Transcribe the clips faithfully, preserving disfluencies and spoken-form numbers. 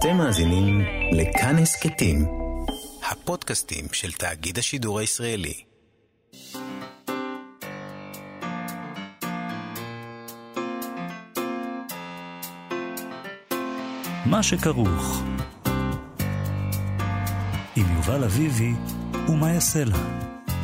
אתם מאזינים לכאן הסכתים, הפודקאסטים של תאגיד השידור הישראלי. מה שכרוך עם יובל אביבי ומה יעשה לה.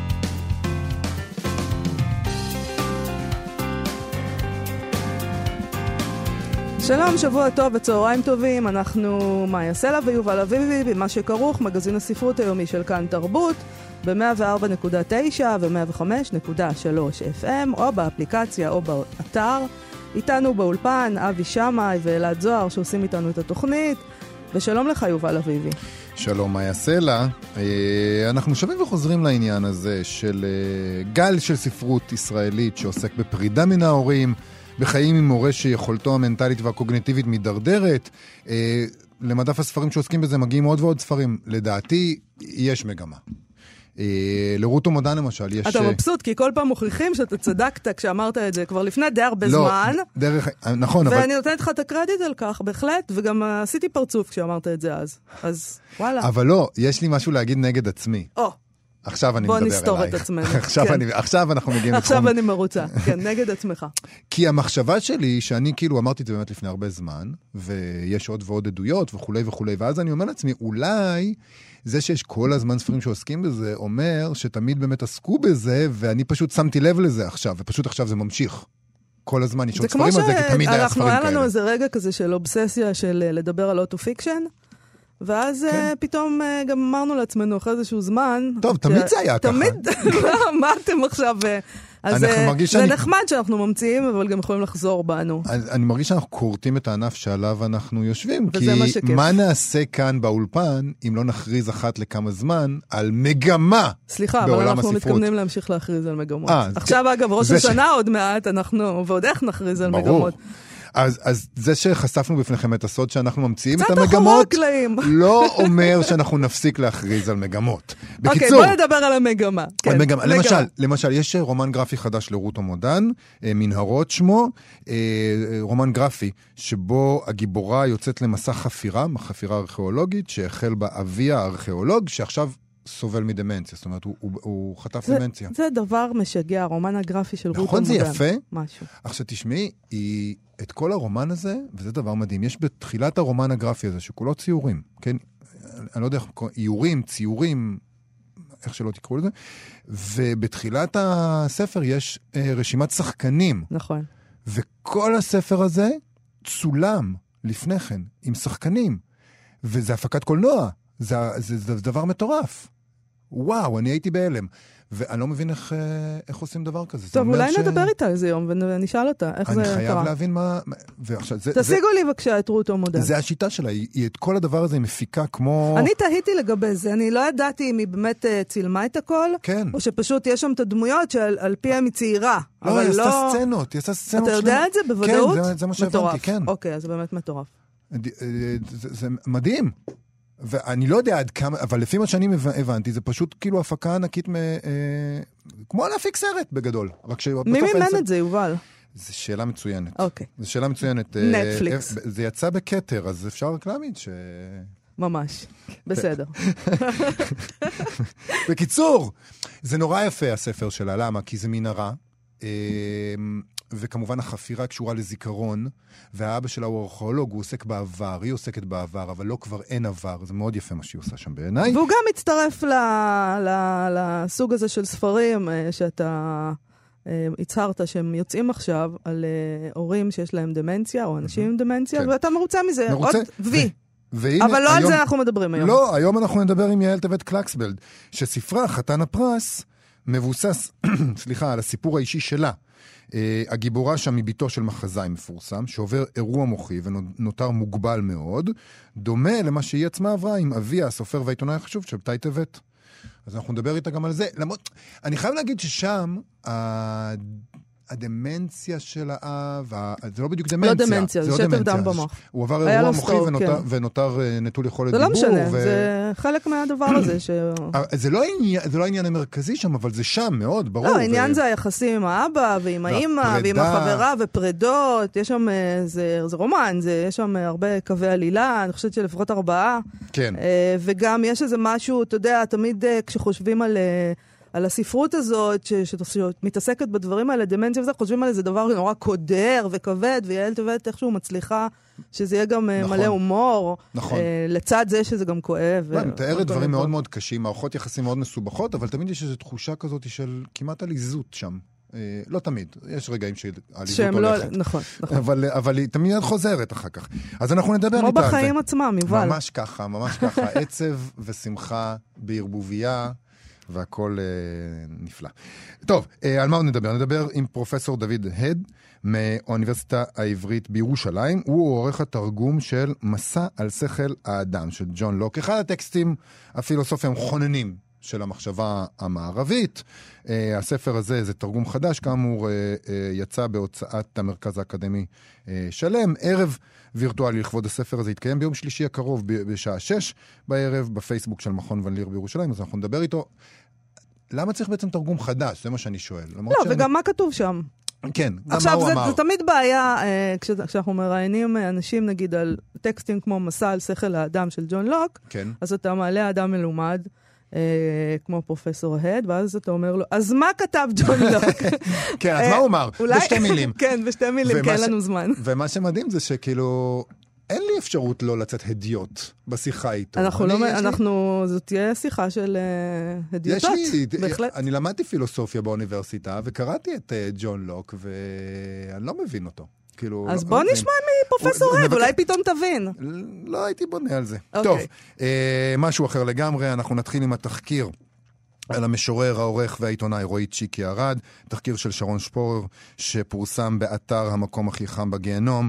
שלום, שבוע טוב וצהריים טובים, אנחנו מאיה סלע ויובל אביבי במה שכרוך, מגזין הספרות היומי של כאן תרבות ב-מאה וארבע נקודה תשע ו-מאה וחמש נקודה שלוש אף אם או באפליקציה או באתר. איתנו באולפן אבי שמאי ואלעד זוהר שעושים איתנו את התוכנית, ושלום לך יובל אביבי. שלום מאיה סלע. אנחנו שבים וחוזרים לעניין הזה של גל של ספרות ישראלית שעוסק בפרידה מן ההורים, בחיים עם מורה שיכולתו המנטלית והקוגניטיבית מדרדרת. אה, למדף הספרים שעוסקים בזה מגיעים עוד ועוד ספרים. לדעתי, יש מגמה. אה, לרוטו מודן למשל, יש... אתה מבסוט, כי כל פעם מוכיחים שאתה צדקת כשאמרת את זה, כבר לפני די הרבה לא, זמן. דרך... נכון, אבל... ואני נותנת לך את הקרדיט על כך, בהחלט, וגם עשיתי פרצוף כשאמרת את זה אז. אז וואלה. אבל לא, יש לי משהו להגיד נגד עצמי. או. עכשיו אני מדבר אלייך. בוא נסתור את עצמנו. עכשיו, כן. אני, עכשיו אנחנו מגיעים עכשיו לתחום... אני מרוצה, כן, נגד עצמך. כי המחשבה שלי, שאני כאילו אמרתי את זה באמת לפני הרבה זמן, ויש עוד ועוד עדויות וכו' וכו', ואז אני אומר לעצמי, אולי זה שיש כל הזמן ספרים שעוסקים בזה, אומר שתמיד באמת עסקו בזה, ואני פשוט שמתי לב לזה עכשיו, ופשוט עכשיו זה ממשיך. כל הזמן יש עוד ספרים על זה, כי תמיד היה ספרים כאלה. אנחנו היה לנו איזה רגע כזה של אובססיה של לדבר על אוטו-פיקשן, ואז כן. פתאום גם אמרנו לעצמנו אחרי איזשהו זמן... טוב, תמיד זה היה ככה. תמיד, מה אתם עכשיו... אז זה שאני... נחמד שאנחנו ממציאים, אבל גם יכולים לחזור בנו. אני מרגיש שאנחנו קורטים את הענף שעליו אנחנו יושבים, כי מה, מה נעשה כאן באולפן, אם לא נכריז אחת לכמה זמן, על מגמה סליחה, אבל אנחנו הספרות. מתכוונים להמשיך להכריז על מגמות. 아, עכשיו כן. אגב, ראש השנה ש... עוד מעט, אנחנו, ועוד איך נכריז על ברור. מגמות. אז, אז זה שחשפנו בפניכם את הסוד שאנחנו ממציאים את המגמות, לא אומר שאנחנו נפסיק להכריז על מגמות. אוקיי, בוא נדבר על המגמה. כן, מגמה. למשל, למשל, יש רומן גרפי חדש לרוטו מודן, מנהרות שמו, רומן גרפי, שבו הגיבורה יוצאת למסע חפירה, חפירה ארכיאולוגית, שהחל בה אביה הארכיאולוג, שעכשיו סובל מדמנציה, זאת אומרת, הוא, הוא, הוא חטף זה, דמנציה. זה דבר משגע, הרומן הגרפי של רוטו מודן. נכון, זה יפה. משהו. עכשיו תשמעי, היא... את כל הרומן הזה, וזה דבר מדהים, יש בתחילת הרומן הגרפי הזה, שכולו ציורים, כן? אני לא יודע איך, איורים, ציורים, איך שלא תקראו לזה, ובתחילת הספר יש אה, רשימת שחקנים. נכון. וכל הספר הזה צולם לפני כן, עם שחקנים, וזה הפקת קולנוע, זה, זה, זה, זה דבר מטורף. וואו, אני הייתי בהלם. ואני לא מבין איך, איך עושים דבר כזה. טוב, אולי ש... נדבר איתה איזה יום ונשאל אותה איך זה קרה. אני חייב להבין מה... ועכשיו, זה, תשיגו זה... לי בבקשה את רוטו מודן. זה השיטה שלה, היא, היא את כל הדבר הזה היא מפיקה כמו... אני תהיתי לגבי זה, אני לא ידעתי אם היא באמת צילמה את הכל, כן. או שפשוט יש שם את הדמות שעל פיהם היא צעירה. לא, היא עשתה לא... סצנות, היא עשתה סצנות אתה יודע את זה בוודאות? כן, זה, זה מה שהבנתי, כן. אוקיי, אז זה באמת מטורף. זה, זה, זה מדהים. ואני לא יודע עד כמה, אבל לפי מה שאני הבנתי, זה פשוט כאילו הפקה ענקית, מ, אה, כמו להפיק סרט בגדול. מי מימן את זה, יובל? זו שאלה מצוינת. אוקיי. זו שאלה מצוינת. נטפליקס. אה, זה יצא בקטר, אז אפשר רק להאמין ש... ממש. בסדר. בקיצור, זה נורא יפה הספר שלה, למה? כי זה מנהרה. אה, וכמובן החפירה קשורה לזיכרון, והאבא שלה הוא ארכיאולוג, הוא עוסק בעבר, היא עוסקת בעבר, אבל לא כבר אין עבר, זה מאוד יפה מה שהיא עושה שם בעיניי. והוא גם מצטרף ל, ל, לסוג הזה של ספרים שאתה הצהרת שהם יוצאים עכשיו על הורים שיש להם דמנציה, או אנשים עם דמנציה, כן. ואתה מרוצה מזה, מרוצה? עוד וי. והנה, אבל לא היום, על זה אנחנו מדברים היום. לא, היום אנחנו נדבר עם יעל טבת קלקסבלד, שספרה, חתן הפרס, מבוסס, סליחה, על הסיפור האישי שלה. Uh, הגיבורה שם היא ביתו של מחזאי מפורסם, שעובר אירוע מוחי ונותר מוגבל מאוד, דומה למה שהיא עצמה עברה עם אביה, הסופר והעיתונאי החשוב, שבתאי טבת. אז אנחנו נדבר איתה גם על זה. למרות, אני חייב להגיד ששם, הדמנציה של האב, זה לא בדיוק דמנציה. לא דמנציה, זה שטף דם במוח. הוא עבר אירוע מוחי ונותר נטול יכולת דיבור. זה לא משנה, זה חלק מהדבר הזה. זה לא העניין המרכזי שם, אבל זה שם מאוד, ברור. לא, העניין זה היחסים עם האבא ועם האמא ועם החברה ופרדות, יש שם, זה רומן, יש שם הרבה קווי עלילה, אני חושבת שלפחות ארבעה. כן. וגם יש איזה משהו, אתה יודע, תמיד כשחושבים על... על הספרות הזאת, שמתעסקת בדברים האלה, דמנציה וזה, חושבים על איזה דבר נורא קודר וכבד, ויעל טבת איכשהו מצליחה, שזה יהיה גם נכון. מלא הומור, נכון. לצד זה שזה גם כואב. לא, מתארת דברים מאוד מאוד קשים, מערכות יחסים מאוד מסובכות, אבל תמיד יש איזו תחושה כזאת של כמעט עליזות שם. לא תמיד, יש רגעים שעליזות הולכת. לא, נכון, נכון. אבל, אבל היא תמיד חוזרת אחר כך. אז אנחנו נדבר איתה. כמו בחיים עצמם, יובל. ממש ככה, ממש ככה. עצב ושמחה בערבוביה, והכל אה, נפלא. טוב, אה, על מה עוד נדבר? נדבר עם פרופסור דוד הד מהאוניברסיטה העברית בירושלים. הוא עורך התרגום של מסע על שכל האדם של ג'ון לוק. אחד הטקסטים הפילוסופיה המכוננים של המחשבה המערבית. אה, הספר הזה זה תרגום חדש, כאמור אה, אה, יצא בהוצאת המרכז האקדמי אה, שלם. ערב וירטואלי לכבוד הספר הזה יתקיים ביום שלישי הקרוב בשעה שש בערב בפייסבוק של מכון ון ליר בירושלים, אז אנחנו נדבר איתו. למה צריך בעצם תרגום חדש? זה מה שאני שואל. לא, וגם שאני... מה כתוב שם? כן, גם עכשיו, מה הוא זה, אמר. עכשיו, זה תמיד בעיה, אה, כש, כשאנחנו מראיינים אנשים, נגיד, על טקסטים כמו מסע על שכל האדם של ג'ון לוק, כן. אז אתה מעלה אדם מלומד, אה, כמו פרופסור הד, ואז אתה אומר לו, אז מה כתב ג'ון לוק? כן, אז מה הוא אמר? אולי... בשתי מילים. כן, בשתי מילים, כן, לנו זמן. ומה שמדהים זה שכאילו... אין לי אפשרות לא לצאת הדיוט בשיחה איתו. אנחנו לא, אנחנו, זאת תהיה שיחה של הדיוטות. יש לי, בהחלט. אני למדתי פילוסופיה באוניברסיטה, וקראתי את ג'ון לוק, ואני לא מבין אותו. כאילו, אז בוא נשמע מפרופסור הד, אולי פתאום תבין. לא הייתי בונה על זה. טוב, משהו אחר לגמרי, אנחנו נתחיל עם התחקיר. על המשורר, העורך והעיתונאי רועי צ'יקי ארד, תחקיר של שרון שפורר, שפורסם באתר המקום הכי חם בגיהנום.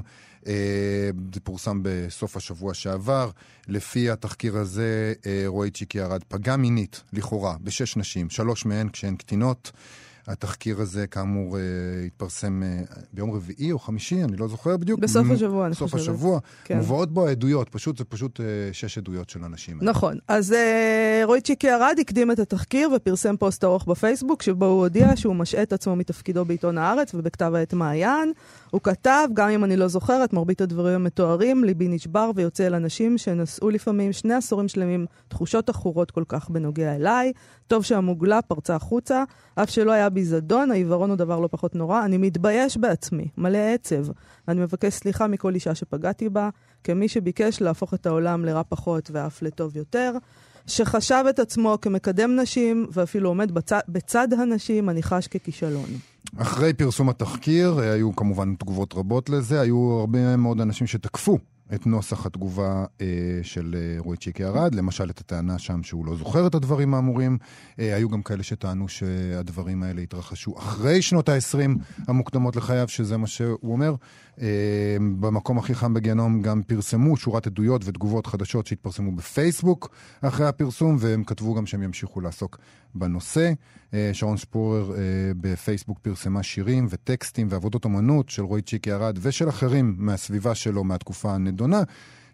זה פורסם בסוף השבוע שעבר. לפי התחקיר הזה, רועי צ'יקי ארד פגע מינית, לכאורה, בשש נשים, שלוש מהן כשהן קטינות. התחקיר הזה, כאמור, התפרסם ביום רביעי או חמישי, אני לא זוכר בדיוק. בסוף השבוע, אני חושבת. בסוף השבוע. מובאות בו עדויות, פשוט, זה פשוט שש עדויות של אנשים. נכון. אז רועי צ'יקי ארד הקדים את התחקיר ופרסם פוסט ארוך בפייסבוק, שבו הוא הודיע שהוא משעה את עצמו מתפקידו בעיתון הארץ ובכתב העת מעיין. הוא כתב, גם אם אני לא זוכרת, מרבית הדברים המתוארים, ליבי נשבר ויוצא אל אנשים שנשאו לפעמים שני עשורים שלמים תחושות אחורות כל כך בנוגע אליי. טוב שהמוגלה פרצה החוצה, אף שלא היה בי זדון, העיוורון הוא דבר לא פחות נורא. אני מתבייש בעצמי, מלא עצב. אני מבקש סליחה מכל אישה שפגעתי בה, כמי שביקש להפוך את העולם לרע פחות ואף לטוב יותר, שחשב את עצמו כמקדם נשים, ואפילו עומד בצד, בצד הנשים, אני חש ככישלון. אחרי פרסום התחקיר, היו כמובן תגובות רבות לזה, היו הרבה מאוד אנשים שתקפו את נוסח התגובה אה, של אה, רועי צ'יקי ארד, למשל את הטענה שם שהוא לא זוכר את הדברים האמורים. אה, היו גם כאלה שטענו שהדברים האלה התרחשו אחרי שנות ה-עשרים המוקדמות לחייו, שזה מה שהוא אומר. אה, במקום הכי חם בגיהנום גם פרסמו שורת עדויות ותגובות חדשות שהתפרסמו בפייסבוק אחרי הפרסום, והם כתבו גם שהם ימשיכו לעסוק בנושא. אה, שרון שפורר אה, בפייסבוק פרסמה שירים וטקסטים ועבודות אומנות של רועי צ'יקי ארד ושל אחרים מהסביבה שלו מהתקופה הנדונה,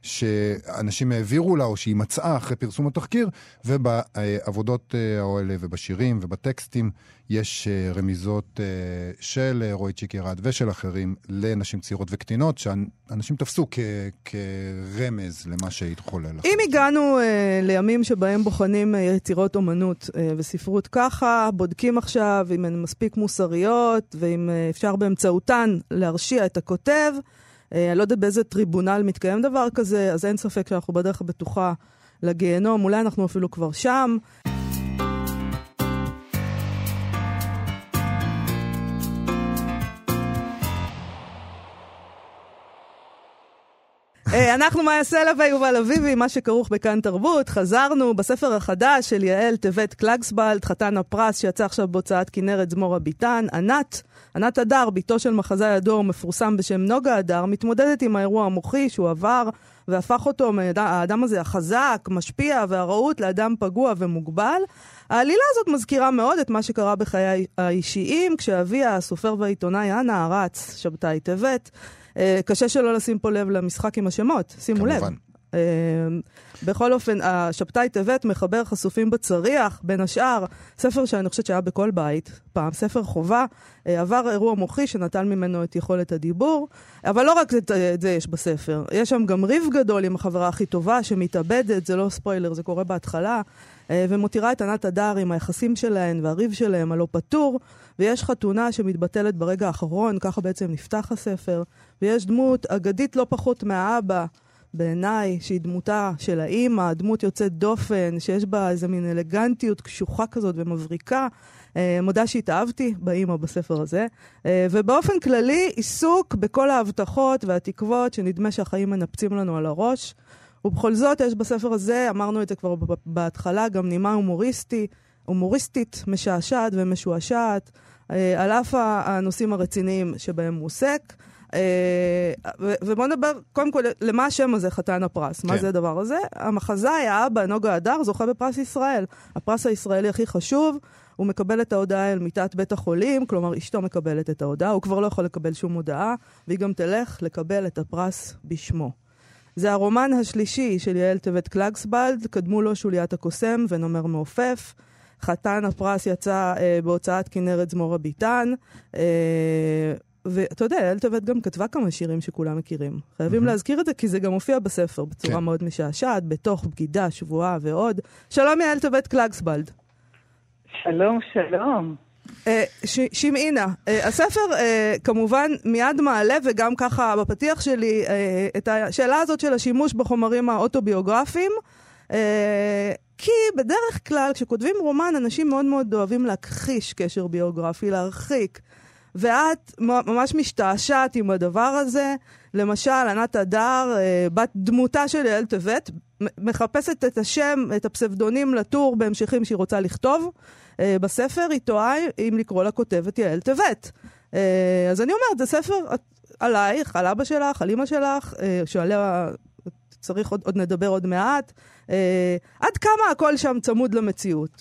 שאנשים העבירו לה או שהיא מצאה אחרי פרסום התחקיר, ובעבודות האלה ובשירים ובטקסטים יש רמיזות של רועי צ'יקי ארד ושל אחרים לנשים צעירות וקטינות, שאנשים תפסו כ- כרמז למה שהתחולל. אם הגענו uh, לימים שבהם בוחנים uh, יצירות אומנות uh, וספרות ככה, בודקים עכשיו אם הן מספיק מוסריות, ואם uh, אפשר באמצעותן להרשיע את הכותב, אני לא יודעת באיזה טריבונל מתקיים דבר כזה, אז אין ספק שאנחנו בדרך הבטוחה לגיהנום, אולי אנחנו אפילו כבר שם. אנחנו מאיה סלע ויובל אביבי, מה שכרוך בכאן תרבות. חזרנו בספר החדש של יעל טבת קלגסבלד, חתן הפרס שיצא עכשיו בהוצאת כנרת זמור הביטן. ענת, ענת הדר, ביתו של מחזאי הדור מפורסם בשם נוגה הדר, מתמודדת עם האירוע המוחי שהוא עבר והפך אותו, האדם הזה החזק, משפיע והרעות, לאדם פגוע ומוגבל. העלילה הזאת מזכירה מאוד את מה שקרה בחיי האישיים, כשאביה, הסופר והעיתונאי אנה ארץ, שבתאי טבת, קשה שלא לשים פה לב למשחק עם השמות, שימו לב. בכל אופן, השבתאי טבת מחבר חשופים בצריח, בין השאר, ספר שאני חושבת שהיה בכל בית, פעם, ספר חובה, עבר אירוע מוחי שנטל ממנו את יכולת הדיבור, אבל לא רק את, את זה יש בספר, יש שם גם ריב גדול עם החברה הכי טובה שמתאבדת, זה לא ספוילר, זה קורה בהתחלה, ומותירה את ענת הדר עם היחסים שלהן והריב שלהם הלא פתור, ויש חתונה שמתבטלת ברגע האחרון, ככה בעצם נפתח הספר, ויש דמות אגדית לא פחות מהאבא, בעיניי, שהיא דמותה של האמא, דמות יוצאת דופן, שיש בה איזו מין אלגנטיות קשוחה כזאת ומבריקה. אה, מודה שהתאהבתי באמא בספר הזה. אה, ובאופן כללי, עיסוק בכל ההבטחות והתקוות שנדמה שהחיים מנפצים לנו על הראש. ובכל זאת, יש בספר הזה, אמרנו את זה כבר בהתחלה, גם נימה הומוריסטי, הומוריסטית, משעשעת ומשועשעת, אה, על אף הנושאים הרציניים שבהם הוא עוסק. Uh, ובוא נדבר קודם כל למה השם הזה חתן הפרס, כן. מה זה הדבר הזה? המחזאי, האבא, נוגה הדר, זוכה בפרס ישראל, הפרס הישראלי הכי חשוב. הוא מקבל את ההודעה אל מיטת בית החולים, כלומר אשתו מקבלת את ההודעה, הוא כבר לא יכול לקבל שום הודעה, והיא גם תלך לקבל את הפרס בשמו. זה הרומן השלישי של יעל טבת קלגסבלד, קדמו לו שוליית הקוסם ונומר מעופף. חתן הפרס יצא uh, בהוצאת כנרת זמור הביטן, uh, ואתה יודע, יעל טבת גם כתבה כמה שירים שכולם מכירים. חייבים להזכיר את זה, כי זה גם מופיע בספר בצורה מאוד משעשעת, בתוך בגידה, שבועה ועוד. שלום יעל טבת קלגסבלד. שלום, שלום. שמעינה, הספר כמובן מיד מעלה, וגם ככה בפתיח שלי, את השאלה הזאת של השימוש בחומרים האוטוביוגרפיים, כי בדרך כלל כשכותבים רומן, אנשים מאוד מאוד אוהבים להכחיש קשר ביוגרפי, להרחיק. ואת ממש משתעשעת עם הדבר הזה. למשל, ענת הדר, בת דמותה של יעל טבת, מחפשת את השם, את הפסבדונים לטור בהמשכים שהיא רוצה לכתוב. בספר היא טועה אם לקרוא לה כותבת יעל טבת. אז אני אומרת, זה ספר עלייך, על אבא שלך, על אמא שלך, שעליה צריך עוד, עוד נדבר עוד מעט. עד כמה הכל שם צמוד למציאות?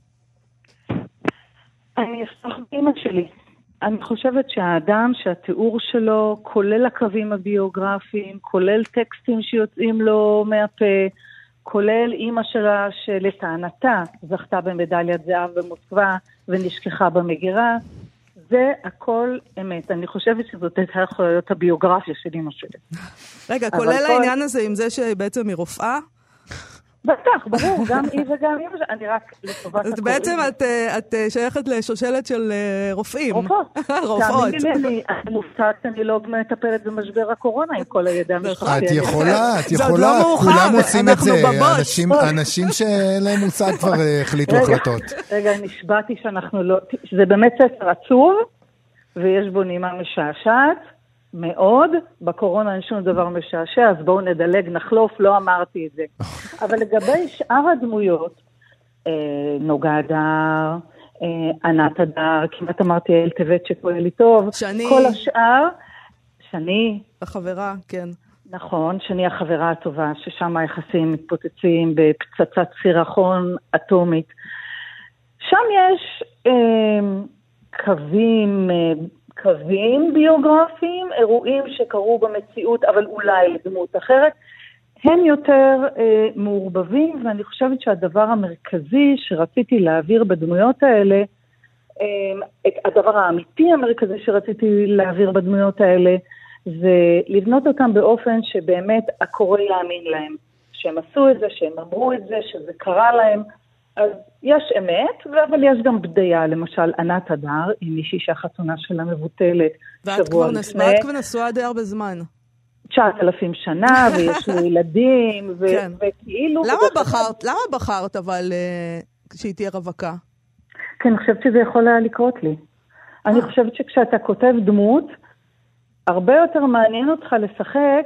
אני אשמח באמא שלי. אני חושבת שהאדם שהתיאור שלו, כולל הקווים הביוגרפיים, כולל טקסטים שיוצאים לו מהפה, כולל אימא שלה שלטענתה זכתה במדליית זהב במוסקבה ונשכחה במגירה, זה הכל אמת. אני חושבת שזאת הייתה יכולה להיות הביוגרפיה של אימא שלי. רגע, כולל העניין הזה עם זה שבעצם היא רופאה? בטח, ברור, גם היא וגם היא, אני רק לטובת הקוראים. בעצם את שייכת לשושלת של רופאים. רופאות. רופאות. תאמיני לי, אני מופתעת, אני לא מטפלת במשבר הקורונה עם כל הידע המשפחתי. את יכולה, את יכולה, כולם עושים את זה. אנשים שאין להם מושג כבר החליטו החלטות. רגע, נשבעתי שאנחנו לא, זה באמת ספר עצוב, ויש בו נימה משעשעת. מאוד, בקורונה אין שום דבר משעשע, אז בואו נדלג, נחלוף, לא אמרתי את זה. אבל לגבי שאר הדמויות, אה, נוגה הדר, אה, ענת הדר, כמעט אמרתי יעל טבת שפועל לי טוב, שני. כל השאר, שני. החברה, כן. נכון, שני החברה הטובה, ששם היחסים מתפוצצים בפצצת סירחון אטומית. שם יש אה, קווים, אה, קווים ביוגרפיים, אירועים שקרו במציאות, אבל אולי לדמות אחרת, הם יותר אה, מעורבבים, ואני חושבת שהדבר המרכזי שרציתי להעביר בדמויות האלה, אה, את הדבר האמיתי המרכזי שרציתי להעביר בדמויות האלה, זה לבנות אותם באופן שבאמת הקורא יאמין להם, שהם עשו את זה, שהם אמרו את זה, שזה קרה להם, אז יש אמת, אבל יש גם בדיה, למשל ענת הדר, עם מישהי שהחתונה שלה מבוטלת שבוע לפני. ואת כבר נשואה די הרבה זמן. תשעת אלפים שנה, ויש לי ילדים, ו- כן. וכאילו... למה בחרת, למה בחרת אבל uh, שהיא תהיה רווקה? כי אני חושבת שזה יכול היה לקרות לי. 아. אני חושבת שכשאתה כותב דמות, הרבה יותר מעניין אותך לשחק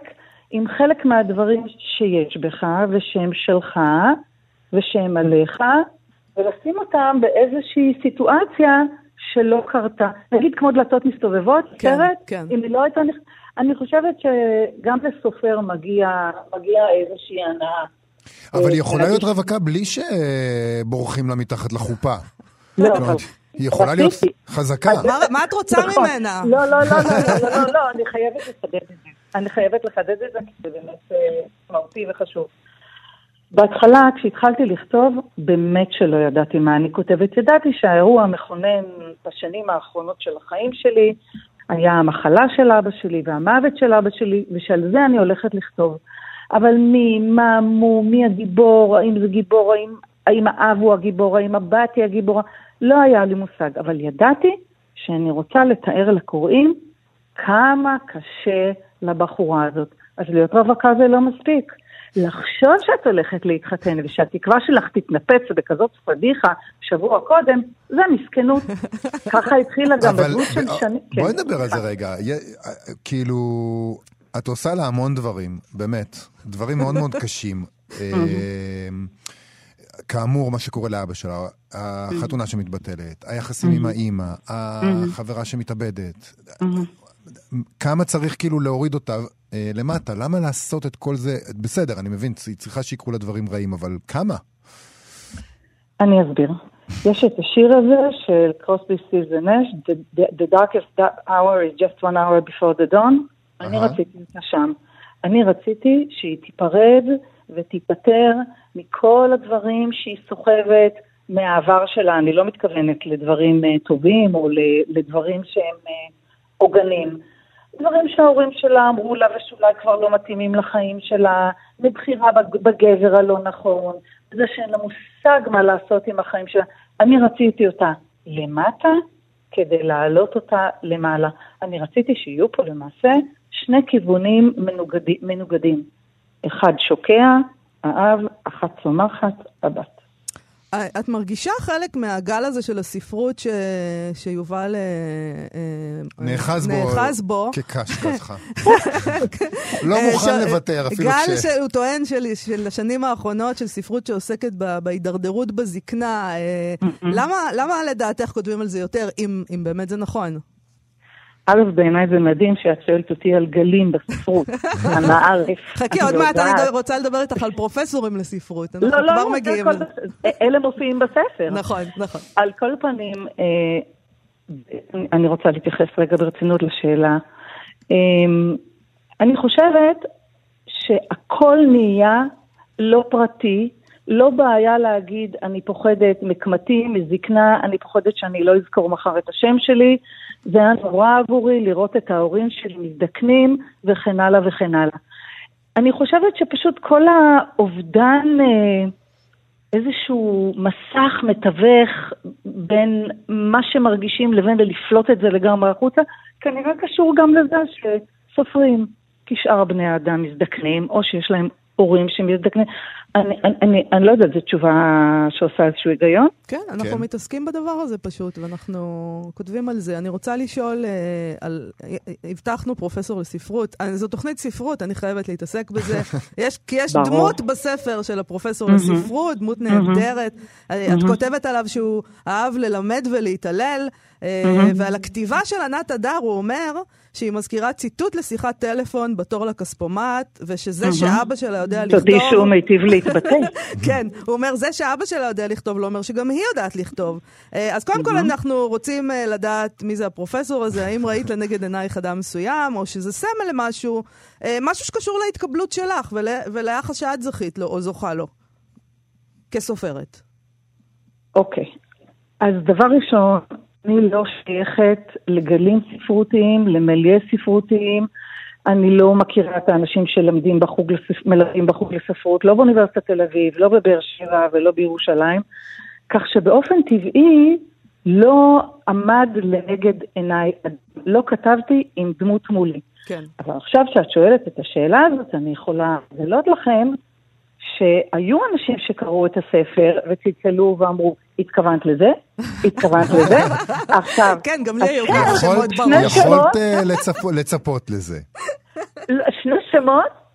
עם חלק מהדברים שיש בך ושהם שלך ושהם עליך, ולשים אותם באיזושהי סיטואציה שלא קרתה. נגיד כמו דלתות מסתובבות, כן, סרט, כן. אם היא לא הייתה... אני חושבת שגם לסופר מגיע, מגיע איזושהי הנאה. אבל היא יכולה להיות רווקה בלי שבורחים לה מתחת לחופה. לא, אבל... היא יכולה להיות חזקה. מה את רוצה ממנה? לא, לא, לא, לא, לא, לא, אני חייבת לחדד את זה. אני חייבת לחדד את זה, כי זה באמת מהותי וחשוב. בהתחלה, כשהתחלתי לכתוב, באמת שלא ידעתי מה אני כותבת. ידעתי שהאירוע המכונן בשנים האחרונות של החיים שלי, היה המחלה של אבא שלי והמוות של אבא שלי, ושעל זה אני הולכת לכתוב. אבל מי, מה, מו, מי הגיבור, האם זה גיבור, האם, האם האב הוא הגיבור, האם הבת היא הגיבורה, לא היה לי מושג. אבל ידעתי שאני רוצה לתאר לקוראים כמה קשה לבחורה הזאת. אז להיות רווקה זה לא מספיק. לחשוב שאת הולכת להתחתן ושהתקווה שלך תתנפץ בכזאת פדיחה שבוע קודם, זה מסכנות. ככה התחילה גם בדמות של שנים. בואי נדבר על זה רגע. כאילו, את עושה לה המון דברים, באמת. דברים מאוד מאוד קשים. כאמור, מה שקורה לאבא שלה, החתונה שמתבטלת, היחסים עם האמא, החברה שמתאבדת. כמה צריך כאילו להוריד אותה אה, למטה? למה לעשות את כל זה? בסדר, אני מבין, היא צריכה שיקרו לדברים רעים, אבל כמה? אני אסביר. יש את השיר הזה של קרוסבי, סטיבס ונש, the, the, the darkest hour is just one hour before the dawn. Uh-huh. אני רציתי את שם. אני רציתי שהיא תיפרד ותיפטר מכל הדברים שהיא סוחבת מהעבר שלה. אני לא מתכוונת לדברים uh, טובים או לדברים שהם... Uh, עוגנים. דברים שההורים שלה אמרו לה ושאולי כבר לא מתאימים לחיים שלה, מבחירה בגבר הלא נכון, זה שאין לה מושג מה לעשות עם החיים שלה. אני רציתי אותה למטה כדי להעלות אותה למעלה. אני רציתי שיהיו פה למעשה שני כיוונים מנוגדים. מנוגדים. אחד שוקע, האב, אחת צומחת, הבת. את מרגישה חלק מהגל הזה של הספרות ש... שיובל נאחז בו, נאחז בו. כקש ככה. לא מוכן לוותר אפילו כש... גל שהוא טוען של, של השנים האחרונות של ספרות שעוסקת בהידרדרות בזקנה. למה, למה לדעתך כותבים על זה יותר, אם, אם באמת זה נכון? א', בעיניי זה מדהים שאת שואלת אותי על גלים בספרות. המערף. חכי, עוד מעט אני רוצה לדבר איתך על פרופסורים לספרות. אנחנו כבר מגיעים. אלה מופיעים בספר. נכון, נכון. על כל פנים, אני רוצה להתייחס רגע ברצינות לשאלה. אני חושבת שהכל נהיה לא פרטי, לא בעיה להגיד, אני פוחדת מקמתי, מזקנה, אני פוחדת שאני לא אזכור מחר את השם שלי, זה היה נורא עבורי לראות את ההורים שלי מזדקנים וכן הלאה וכן הלאה. אני חושבת שפשוט כל האובדן, איזשהו מסך מתווך בין מה שמרגישים לבין לפלוט את זה לגמרי החוצה, כנראה קשור גם לזה שסופרים כשאר בני האדם מזדקנים, או שיש להם הורים שמזדקנים. אני, אני, אני, אני לא יודעת, זו תשובה שעושה איזשהו היגיון? כן, אנחנו כן. מתעסקים בדבר הזה פשוט, ואנחנו כותבים על זה. אני רוצה לשאול, אה, על, הבטחנו פרופסור לספרות, אני, זו תוכנית ספרות, אני חייבת להתעסק בזה, יש, כי יש ברור. דמות בספר של הפרופסור mm-hmm. לספרות, דמות נהדרת, mm-hmm. את כותבת עליו שהוא אהב ללמד ולהתעלל, אה, mm-hmm. ועל הכתיבה של ענת הדר הוא אומר, שהיא מזכירה ציטוט לשיחת טלפון בתור לכספומט, ושזה שאבא שלה יודע לכתוב... תודי שהוא מיטיב להתבטא. כן, הוא אומר, זה שאבא שלה יודע לכתוב, לא אומר שגם היא יודעת לכתוב. אז קודם כל אנחנו רוצים לדעת מי זה הפרופסור הזה, האם ראית לנגד עינייך אדם מסוים, או שזה סמל למשהו, משהו שקשור להתקבלות שלך, וליחס שאת זכית לו, או זוכה לו, כסופרת. אוקיי, אז דבר ראשון, אני לא שייכת לגלים ספרותיים, למליה ספרותיים, אני לא מכירה את האנשים שלמדים בחוג, לספ... מלמדים בחוג לספרות, לא באוניברסיטת תל אביב, לא בבאר שבע ולא בירושלים, כך שבאופן טבעי לא עמד לנגד עיניי, לא כתבתי עם דמות מולי. כן. אבל עכשיו שאת שואלת את השאלה הזאת, אני יכולה לגלות לכם, שהיו אנשים שקראו את הספר וצלצלו ואמרו, התכוונת לזה? התכוונת לזה? עכשיו... כן, גם לי היו שמות ברור. יכולת לצפות לזה. שני שמות,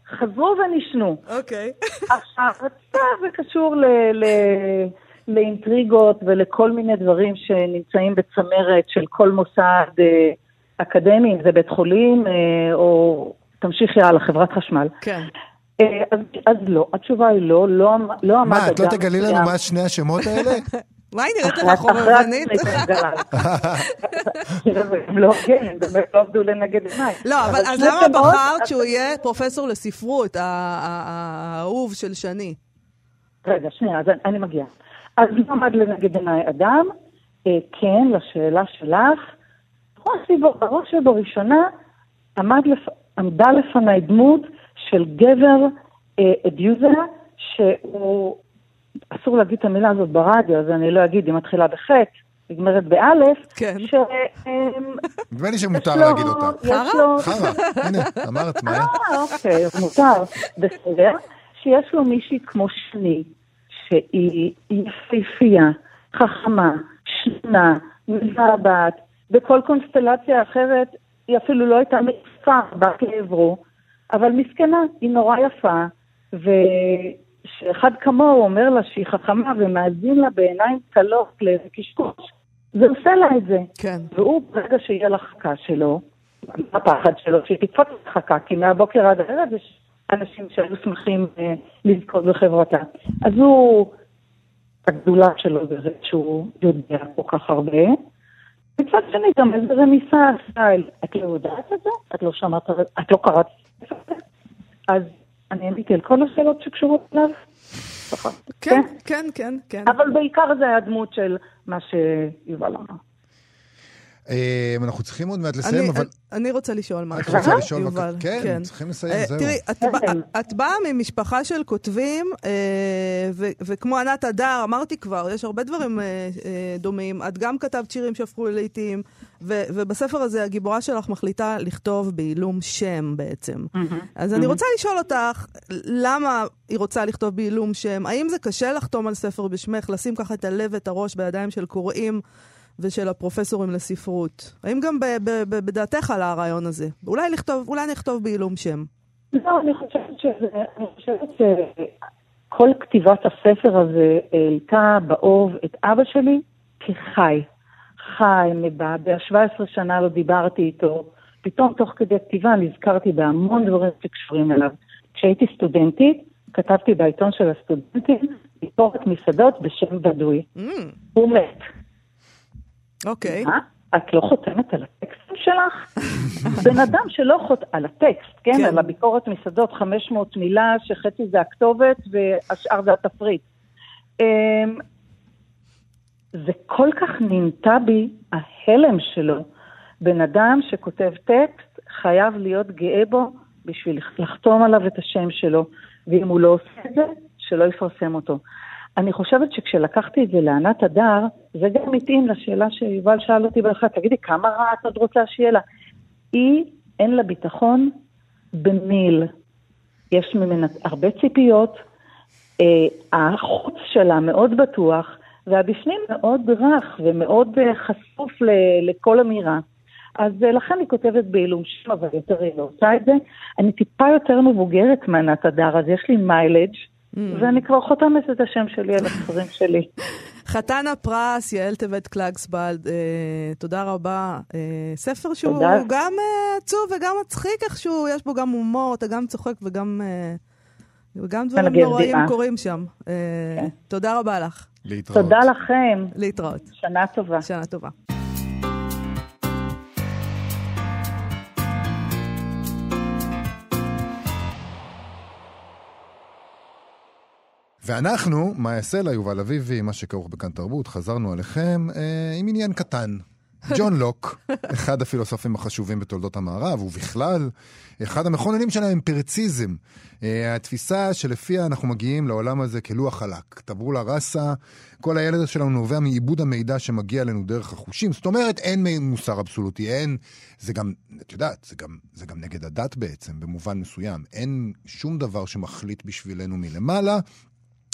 חזרו ונשנו. אוקיי. עכשיו, זה קשור ל... ל... לאינטריגות ולכל מיני דברים שנמצאים בצמרת של כל מוסד אה, אקדמי, אם זה בית חולים, אה, או תמשיכי הלאה, חברת חשמל. כן. אה, אז, אז לא, התשובה היא לא, לא, לא עמד מה, את לא תגלי לנו מה שני השמות האלה? מה היא נראית לך חובבנית? לא, כן, באמת לא עבדו לנגד עיניי. לא, אבל אז למה בחרת שהוא יהיה פרופסור לספרות, האהוב של שני? רגע, שנייה, אז אני מגיעה. אז לא עמד לנגד עיניי אדם, כן, לשאלה שלך, בראש ובראשונה עמדה לפני דמות של גבר אדיוזר, שהוא, אסור להגיד את המילה הזאת ברדיו, אז אני לא אגיד, היא מתחילה בחטא, נגמרת באלף, כן. ש... נדמה לי שמותר להגיד אותה. חרה? חרה, הנה, אמרת, מה? אה, אוקיי, מותר, בסדר, שיש לו מישהי כמו שני, שהיא יפהפייה, חכמה, שנונה, מבעבעת, בכל קונסטלציה אחרת, היא אפילו לא הייתה מצפה בכאברו, אבל מסכנה, היא נורא יפה, ושאחד כמוהו אומר לה שהיא חכמה ומאזין לה בעיניים קלות לקשקוש, זה עושה לה את זה. כן. והוא ברגע שיהיה לחכה שלו, הפחד שלו, שהיא תקפוץ לחכה, כי מהבוקר עד הערב יש אנשים שהיו שמחים אה, לזכות בחברתה. אז הוא, הגדולה שלו זה שהוא יודע כל כך הרבה, מצד שני גם איזה רמיסה סטייל, את לא יודעת את זה? את לא שמעת, את לא קראת את זה? אז אני עניתי על כל השאלות שקשורות אליו. כן, כן, כן, כן. אבל בעיקר זה הדמות של מה שיובל אמר. אנחנו צריכים עוד מעט לסיים, אבל... אני רוצה לשאול מה. את רוצה לשאול? כן, צריכים לסיים, זהו. תראי, את באה ממשפחה של כותבים, וכמו ענת הדר, אמרתי כבר, יש הרבה דברים דומים. את גם כתבת שירים שהפכו ללעיתים, ובספר הזה הגיבורה שלך מחליטה לכתוב בעילום שם בעצם. אז אני רוצה לשאול אותך, למה היא רוצה לכתוב בעילום שם? האם זה קשה לחתום על ספר בשמך, לשים ככה את הלב ואת הראש בידיים של קוראים, ושל הפרופסורים לספרות? האם גם ב- ב- ב- בדעתך על הרעיון הזה? אולי לכתוב, אולי נכתוב בעילום שם. לא, אני חושבת שזה, אני חושבת שכל כתיבת הספר הזה העלתה באוב את אבא שלי כחי. חי, מבעבר, שבע עשרה שנה לא דיברתי איתו. פתאום תוך כדי כתיבה נזכרתי בהמון דברים שקשורים אליו. כשהייתי סטודנטית, כתבתי בעיתון של הסטודנטים, ביקורת מסעדות בשם בדוי. Mm. הוא מת. אוקיי. מה? את לא חותמת על הטקסטים שלך? בן אדם שלא חותם על הטקסט, כן? על הביקורת מסעדות, חמש מאות מילה, שחצי זה הכתובת, והשאר זה התפריט. זה כל כך נינטה בי, ההלם שלו. בן אדם שכותב טקסט, חייב להיות גאה בו, בשביל לחתום עליו את השם שלו. ואם הוא לא עושה את זה, שלא יפרסם אותו. אני חושבת שכשלקחתי את זה לענת הדר, זה גם מתאים לשאלה שיובל שאל אותי באחד, תגידי, כמה רע את עוד רוצה שיהיה לה? היא, אין לה ביטחון במיל. יש ממנה הרבה ציפיות, אה, החוץ שלה מאוד בטוח, והבפנים מאוד רך ומאוד חשוף ל- לכל אמירה. אז לכן היא כותבת בעילום שם, אבל יותר היא לא עושה את זה. אני טיפה יותר מבוגרת מענת הדר, אז יש לי מיילג', ואני כבר חותמת את השם שלי על הספרים שלי. חתן הפרס, יעל טבת קלגסבלד, אה, תודה רבה. אה, ספר שהוא תודה. גם אה, עצוב וגם מצחיק איכשהו, יש בו גם הומור, אתה גם צוחק וגם, אה, וגם דברים נוראים קורים שם. אה, כן. תודה רבה לך. להתראות. תודה לכם. להתראות. שנה טובה. שנה טובה. ואנחנו, מה יעשה לה, יובל אביבי, מה שכרוך בכאן תרבות, חזרנו עליכם אה, עם עניין קטן. ג'ון לוק, אחד הפילוסופים החשובים בתולדות המערב, ובכלל, אחד המכוננים של האמפיריציזם. אה, התפיסה שלפיה אנחנו מגיעים לעולם הזה כלוח חלק. טבולה ראסה, כל הילד שלנו נובע מעיבוד המידע שמגיע לנו דרך החושים. זאת אומרת, אין מוסר אבסולוטי, אין, זה גם, את יודעת, זה גם, זה גם נגד הדת בעצם, במובן מסוים. אין שום דבר שמחליט בשבילנו מלמעלה,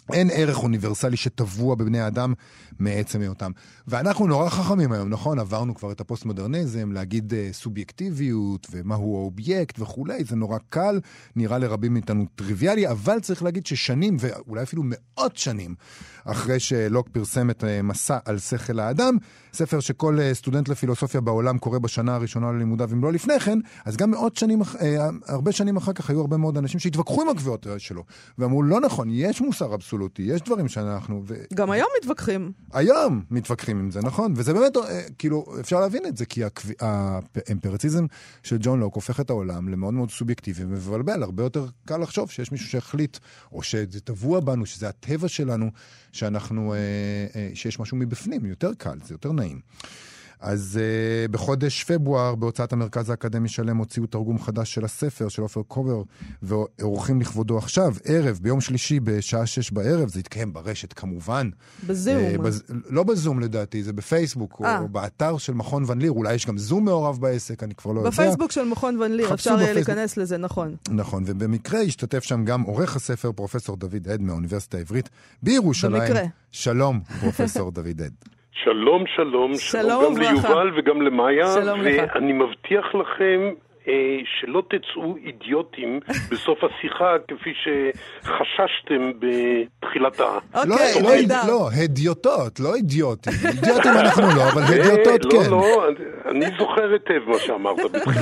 אין ערך אוניברסלי שטבוע בבני האדם מעצם היותם. ואנחנו נורא חכמים היום, נכון? עברנו כבר את הפוסט-מודרניזם, להגיד uh, סובייקטיביות ומהו האובייקט וכולי, זה נורא קל, נראה לרבים מאיתנו טריוויאלי, אבל צריך להגיד ששנים, ואולי אפילו מאות שנים, אחרי שלוק פרסם את uh, מסע על שכל האדם, ספר שכל uh, סטודנט לפילוסופיה בעולם קורא בשנה הראשונה ללימודיו, אם לא לפני כן, אז גם מאות שנים, uh, הרבה שנים אחר כך היו הרבה מאוד אנשים שהתווכחו עם הקביעות שלו, ואמרו, לא נכון, יש מוסר אבסולוטי, יש דברים שאנחנו... ו... גם היום מתווכחים. היום מתווכחים עם זה, נכון? וזה באמת, כאילו, אפשר להבין את זה, כי האמפיריציזם של ג'ון לוק הופך את העולם למאוד מאוד סובייקטיבי ומבלבל. הרבה יותר קל לחשוב שיש מישהו שהחליט, או שזה טבוע בנו, שזה הטבע שלנו, שאנחנו, שיש משהו מבפנים, יותר קל, זה יותר נעים. אז uh, בחודש פברואר, בהוצאת המרכז האקדמי שלם, הוציאו תרגום חדש של הספר, של עופר קובר, ועורכים לכבודו עכשיו, ערב, ביום שלישי, בשעה שש בערב, זה יתקיים ברשת כמובן. בזום. Uh, בז... לא בזום לדעתי, זה בפייסבוק, 아. או באתר של מכון ון ליר, אולי יש גם זום מעורב בעסק, אני כבר לא בפייסבוק יודע. בפייסבוק של מכון ון ליר, אפשר בפייסבוק... להיכנס לזה, נכון. נכון, ובמקרה השתתף שם גם עורך הספר, פרופסור דוד עד, מהאוניברסיטה העברית, בירושלים. במקרה. שלום, פרופסור דוד עד. שלום, שלום, שלום גם ליובל וגם למאיה, ואני מבטיח לכם אה, שלא תצאו אידיוטים בסוף השיחה, כפי שחששתם בתחילתה. אוקיי, לא, לא, לא, הדיוטות, לא אידיוטים. אידיוטים אנחנו לא, אבל הדיוטות כן. לא, לא, אני זוכר היטב מה שאמרת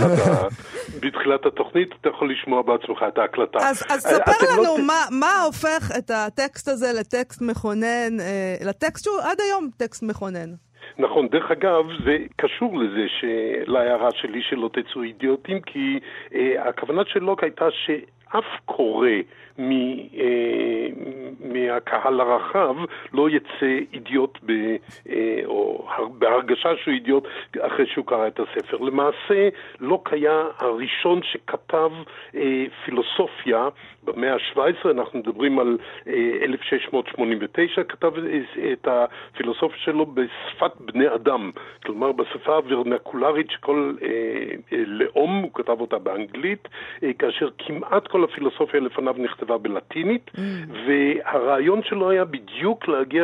בתחילת התוכנית, אתה יכול לשמוע בעצמך את ההקלטה. אז ספר לנו מה הופך את הטקסט הזה לטקסט מכונן, לטקסט שהוא עד היום טקסט מכונן. נכון, דרך אגב, זה קשור לזה, להערה שלי שלא תצאו אידיוטים, כי אה, הכוונה של לוק הייתה שאף קורא מ, אה, מהקהל הרחב לא יצא אידיוט ב, אה, או בהרגשה שהוא אידיוט אחרי שהוא קרא את הספר. למעשה, לוק היה הראשון שכתב אה, פילוסופיה במאה ה-שבע עשרה, אנחנו מדברים על אה, אלף שש מאות שמונים ותשע, כתב אה, את הפילוסופיה שלו בשפת בני אדם, כלומר בשפה הוורנקולרית שכל אה, אה, לאום, הוא כתב אותה באנגלית, אה, כאשר כמעט כל הפילוסופיה לפניו נכתבה בלטינית, mm. והרעיון שלו היה בדיוק להגיע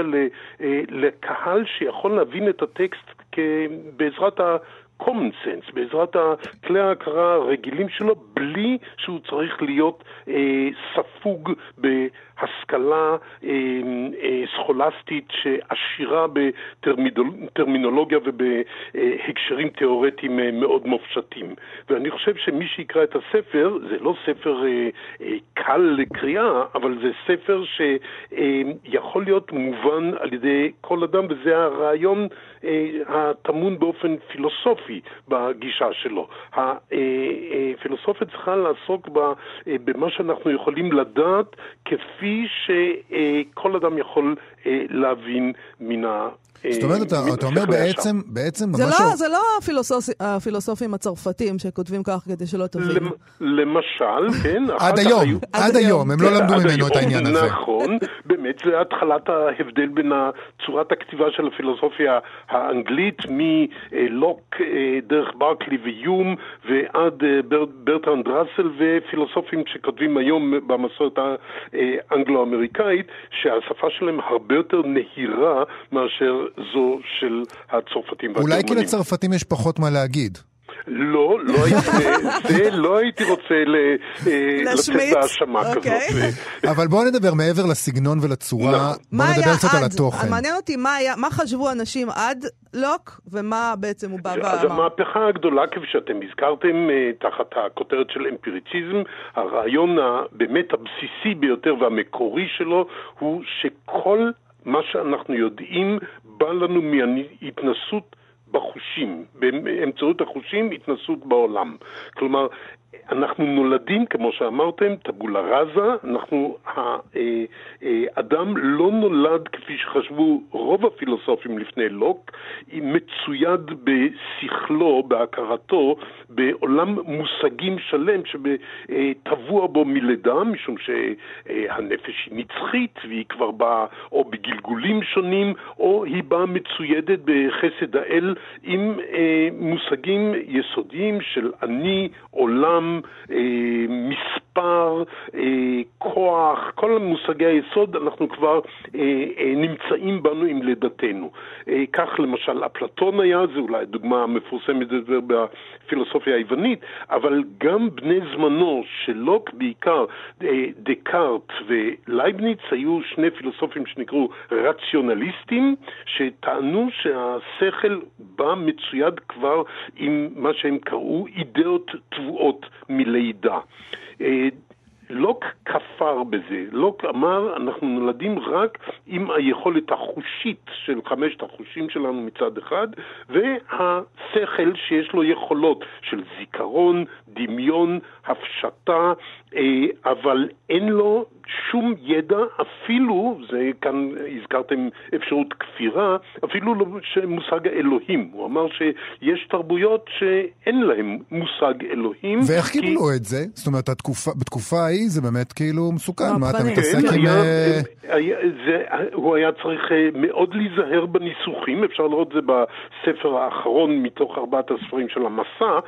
לקהל שיכול להבין את הטקסט בעזרת ה... common sense, בעזרת כלי ההכרה הרגילים שלו, בלי שהוא צריך להיות אה, ספוג בהשכלה אה, אה, סכולסטית שעשירה בטרמינולוגיה ובהקשרים תיאורטיים אה, מאוד מופשטים. ואני חושב שמי שיקרא את הספר, זה לא ספר אה, אה, קל לקריאה, אבל זה ספר שיכול אה, להיות מובן על ידי כל אדם, וזה הרעיון אה, התמון באופן פילוסופי בגישה שלו. הפילוסופיה צריכה לעסוק במה שאנחנו יכולים לדעת, כפי שכל אדם יכול להבין מן ה... זאת אומרת, אתה, אתה אומר בעצם, בעצם זה לא, זה לא הפילוסופ... הפילוסופים הצרפתים שכותבים כך כדי שלא תבין. למשל, כן. עד היום, עד היום, הם לא למדו ממנו את העניין הזה. נכון, באמת, זה התחלת ההבדל בין צורת הכתיבה של הפילוסופיה האנגלית, מלוק דרך ברקלי ויום, ועד ברטרנד ראסל, ופילוסופים שכותבים היום במסורת האנגלו-אמריקאית, שהשפה שלהם הרבה יותר נהירה מאשר זו של הצרפתים והגרמנים. אולי כי לצרפתים יש פחות מה להגיד. לא, לא הייתי, לא הייתי רוצה לצאת בהאשמה כזאת. אבל בואו נדבר מעבר לסגנון ולצורה, בואו נדבר קצת על התוכן. מעניין אותי מה חשבו אנשים עד לוק, ומה בעצם הוא בא ואמר. אז המהפכה הגדולה, כפי שאתם הזכרתם, תחת הכותרת של אמפיריציזם, הרעיון באמת הבסיסי ביותר והמקורי שלו, הוא שכל מה שאנחנו יודעים בא לנו מהתנסות בחושים, באמצעות החושים, התנסות בעולם. כלומר, אנחנו נולדים, כמו שאמרתם, טבולה רזה, אנחנו, האדם לא נולד, כפי שחשבו רוב הפילוסופים לפני לוק, מצויד בשכלו, בהכרתו, בעולם מושגים שלם שטבוע בו מלידה, משום שהנפש היא נצחית, והיא כבר באה או בגלגולים שונים, או היא באה מצוידת בחסד האל, עם מושגים יסודיים של אני, עולם, מספר, מספר, אה, כוח, כל מושגי היסוד, אנחנו כבר אה, אה, נמצאים בנו עם לידתנו. אה, כך למשל אפלטון היה, זה אולי דוגמה המפורסמת בפילוסופיה היוונית, אבל גם בני זמנו, שלוק בעיקר, אה, דקארט ולייבניץ, היו שני פילוסופים שנקראו רציונליסטים, שטענו שהשכל בא מצויד כבר עם מה שהם קראו אידאות תבואות מלידה. לוק כפר בזה, לוק אמר אנחנו נולדים רק עם היכולת החושית של חמשת החושים שלנו מצד אחד, והשכל שיש לו יכולות של זיכרון, דמיון, הפשטה, אבל אין לו שום ידע, אפילו, זה כאן הזכרתם אפשרות כפירה, אפילו לא מושג האלוהים. הוא אמר שיש תרבויות שאין להם מושג אלוהים. ואיך כי... קיבלו את זה? זאת אומרת, התקופה, בתקופה ההיא זה באמת כאילו מסוכן. מה אתה מתעסק עם... היה, היה, זה, הוא היה צריך מאוד להיזהר בניסוחים, אפשר לראות זה בספר האחרון מתוך ארבעת הספרים של המסע,